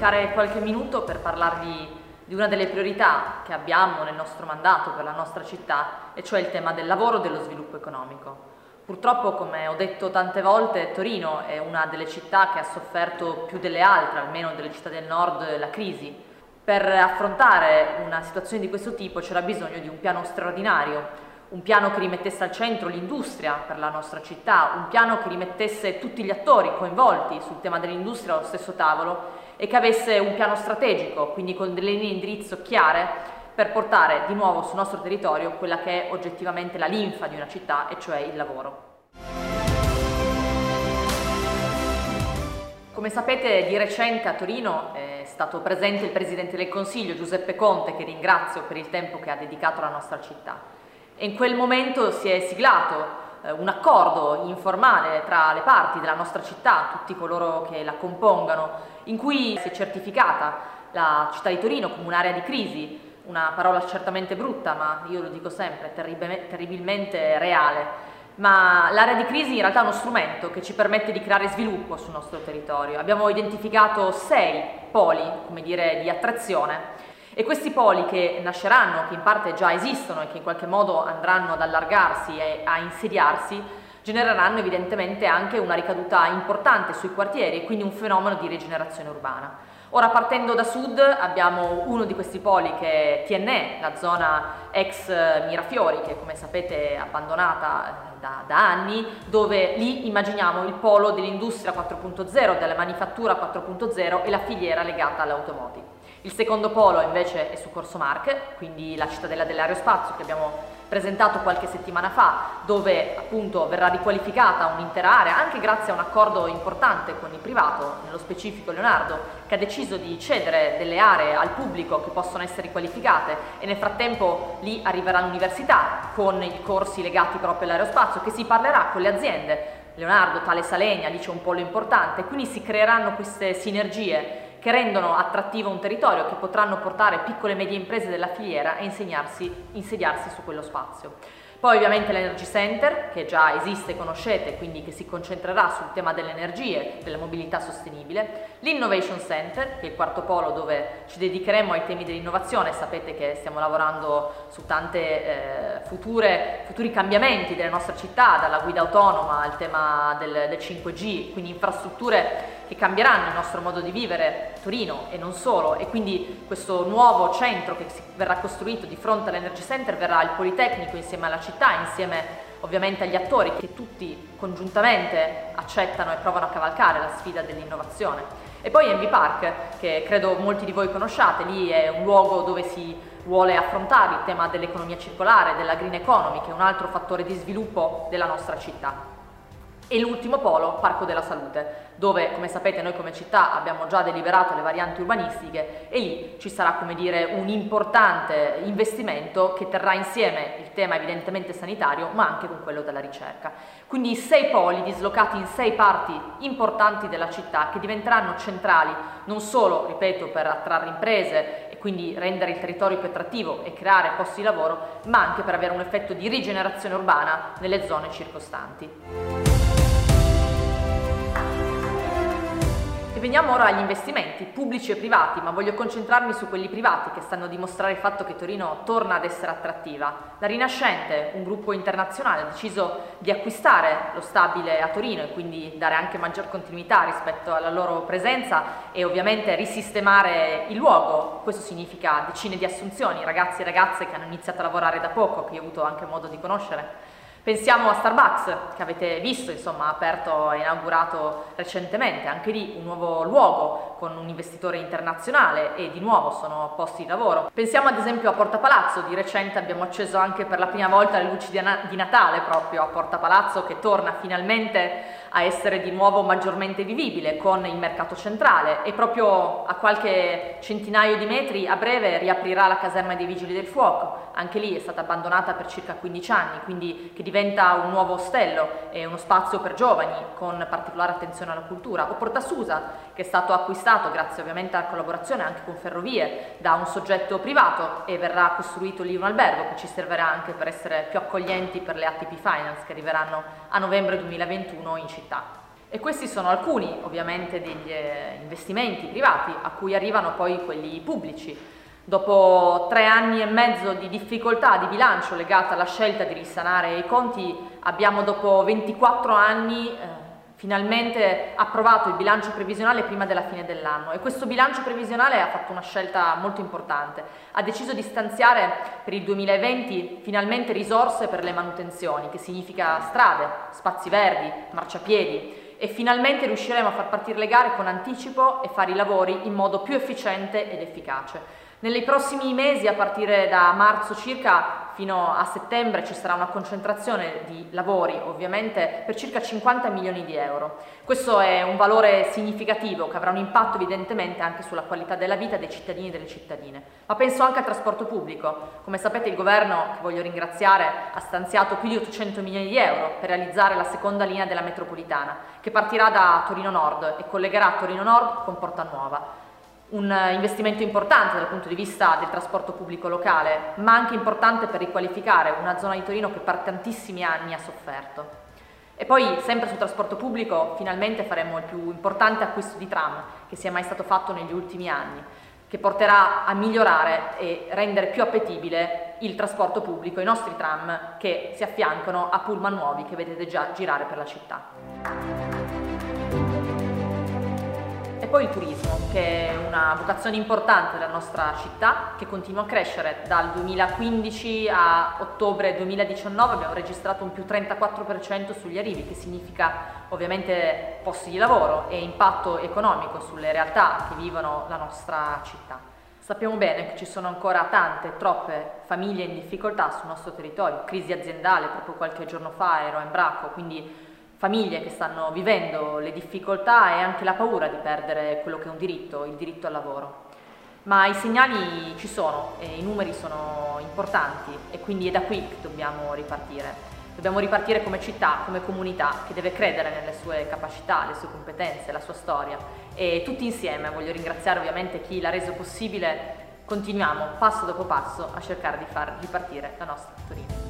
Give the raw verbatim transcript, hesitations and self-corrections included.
dedicare qualche minuto per parlarvi di una delle priorità che abbiamo nel nostro mandato per la nostra città, e cioè il tema del lavoro e dello sviluppo economico. Purtroppo, come ho detto tante volte, Torino è una delle città che ha sofferto più delle altre, almeno delle città del nord, la crisi. Per affrontare una situazione di questo tipo c'era bisogno di un piano straordinario, un piano che rimettesse al centro l'industria per la nostra città, un piano che rimettesse tutti gli attori coinvolti sul tema dell'industria allo stesso tavolo e che avesse un piano strategico, quindi con delle linee di indirizzo chiare per portare di nuovo sul nostro territorio quella che è oggettivamente la linfa di una città, e cioè il lavoro. Come sapete, di recente a Torino è stato presente il Presidente del Consiglio, Giuseppe Conte, che ringrazio per il tempo che ha dedicato alla nostra città. E in quel momento si è siglato eh, un accordo informale tra le parti della nostra città, tutti coloro che la compongano, in cui si è certificata la città di Torino come un'area di crisi, una parola certamente brutta, ma io lo dico sempre, terrib- terribilmente reale. Ma l'area di crisi in realtà è uno strumento che ci permette di creare sviluppo sul nostro territorio. Abbiamo identificato sei poli, come dire, di attrazione, e questi poli che nasceranno, che in parte già esistono e che in qualche modo andranno ad allargarsi e a insediarsi, genereranno evidentemente anche una ricaduta importante sui quartieri e quindi un fenomeno di rigenerazione urbana. Ora, partendo da sud, abbiamo uno di questi poli che è T N E, la zona ex Mirafiori, che come sapete è abbandonata da, da anni, dove lì immaginiamo il polo dell'industria quattro punto zero, della manifattura quattro punto zero e la filiera legata all'automotive. Il secondo polo invece è su Corso Marche, quindi la cittadella dell'aerospazio che abbiamo presentato qualche settimana fa, dove appunto verrà riqualificata un'intera area, anche grazie a un accordo importante con il privato, nello specifico Leonardo, che ha deciso di cedere delle aree al pubblico che possono essere riqualificate, e nel frattempo lì arriverà l'università con i corsi legati proprio all'aerospazio, che si parlerà con le aziende. Leonardo, Thales Alenia, lì c'è un polo importante, quindi si creeranno queste sinergie che rendono attrattivo un territorio, che potranno portare piccole e medie imprese della filiera a insegnarsi, insediarsi su quello spazio. Poi ovviamente l'Energy Center, che già esiste e conoscete, quindi che si concentrerà sul tema delle energie, della mobilità sostenibile, l'Innovation Center, che è il quarto polo dove ci dedicheremo ai temi dell'innovazione. Sapete che stiamo lavorando su tante eh, future, futuri cambiamenti delle nostre città, dalla guida autonoma al tema del, del cinque G, quindi infrastrutture che cambieranno il nostro modo di vivere Torino e non solo, e quindi questo nuovo centro che si verrà costruito di fronte all'Energy Center verrà il Politecnico insieme alla città, insieme ovviamente agli attori che tutti congiuntamente accettano e provano a cavalcare la sfida dell'innovazione. E poi Envy Park, che credo molti di voi conosciate, lì è un luogo dove si vuole affrontare il tema dell'economia circolare, della green economy, che è un altro fattore di sviluppo della nostra città. E l'ultimo polo, Parco della Salute, dove, come sapete, noi come città abbiamo già deliberato le varianti urbanistiche, e lì ci sarà, come dire, un importante investimento che terrà insieme il tema evidentemente sanitario, ma anche con quello della ricerca. Quindi sei poli dislocati in sei parti importanti della città, che diventeranno centrali non solo, ripeto, per attrarre imprese e quindi rendere il territorio più attrattivo e creare posti di lavoro, ma anche per avere un effetto di rigenerazione urbana nelle zone circostanti. E veniamo ora agli investimenti pubblici e privati, ma voglio concentrarmi su quelli privati, che stanno a dimostrare il fatto che Torino torna ad essere attrattiva. La Rinascente, un gruppo internazionale, ha deciso di acquistare lo stabile a Torino e quindi dare anche maggior continuità rispetto alla loro presenza e ovviamente risistemare il luogo. Questo significa decine di assunzioni, ragazzi e ragazze che hanno iniziato a lavorare da poco, che io ho avuto anche modo di conoscere. Pensiamo a Starbucks, che avete visto, insomma, ha aperto e inaugurato recentemente, anche lì un nuovo luogo con un investitore internazionale e di nuovo sono posti di lavoro. Pensiamo ad esempio a Porta Palazzo, di recente abbiamo acceso anche per la prima volta le luci di Natale proprio a Porta Palazzo, che torna finalmente a essere di nuovo maggiormente vivibile con il mercato centrale, e proprio a qualche centinaio di metri a breve riaprirà la caserma dei Vigili del Fuoco. Anche lì è stata abbandonata per circa quindici anni, quindi che diventa un nuovo ostello e uno spazio per giovani con particolare attenzione alla cultura. O Porta Susa, che è stato acquistato grazie ovviamente alla collaborazione anche con Ferrovie da un soggetto privato, e verrà costruito lì un albergo che ci servirà anche per essere più accoglienti per le A T P Finance che arriveranno a novembre duemilaventuno in città. E questi sono alcuni ovviamente degli investimenti privati a cui arrivano poi quelli pubblici. Dopo tre anni e mezzo di difficoltà di bilancio legata alla scelta di risanare i conti, abbiamo dopo ventiquattro anni eh, finalmente approvato il bilancio previsionale prima della fine dell'anno, e questo bilancio previsionale ha fatto una scelta molto importante. Ha deciso di stanziare per il duemilaventi finalmente risorse per le manutenzioni, che significa strade, spazi verdi, marciapiedi, e finalmente riusciremo a far partire le gare con anticipo e fare i lavori in modo più efficiente ed efficace. Nei prossimi mesi, a partire da marzo circa fino a settembre, ci sarà una concentrazione di lavori ovviamente per circa cinquanta milioni di euro. Questo è un valore significativo che avrà un impatto evidentemente anche sulla qualità della vita dei cittadini e delle cittadine. Ma penso anche al trasporto pubblico. Come sapete, il governo, che voglio ringraziare, ha stanziato più di ottocento milioni di euro per realizzare la seconda linea della metropolitana, che partirà da Torino Nord e collegherà Torino Nord con Porta Nuova. Un investimento importante dal punto di vista del trasporto pubblico locale, ma anche importante per riqualificare una zona di Torino che per tantissimi anni ha sofferto. E poi, sempre sul trasporto pubblico, finalmente faremo il più importante acquisto di tram che sia mai stato fatto negli ultimi anni, che porterà a migliorare e rendere più appetibile il trasporto pubblico, i nostri tram che si affiancano a pullman nuovi che vedete già girare per la città. E poi il turismo, che è una vocazione importante della nostra città, che continua a crescere. Dal duemilaquindici a ottobre duemiladiciannove abbiamo registrato un più trentaquattro per cento sugli arrivi, che significa ovviamente posti di lavoro e impatto economico sulle realtà che vivono la nostra città. Sappiamo bene che ci sono ancora tante, troppe famiglie in difficoltà sul nostro territorio, crisi aziendale, proprio qualche giorno fa ero a Embraco, quindi famiglie che stanno vivendo le difficoltà e anche la paura di perdere quello che è un diritto, il diritto al lavoro. Ma i segnali ci sono e i numeri sono importanti, e quindi è da qui che dobbiamo ripartire. Dobbiamo ripartire come città, come comunità, che deve credere nelle sue capacità, le sue competenze, la sua storia, e tutti insieme, voglio ringraziare ovviamente chi l'ha reso possibile, continuiamo passo dopo passo a cercare di far ripartire la nostra Torino.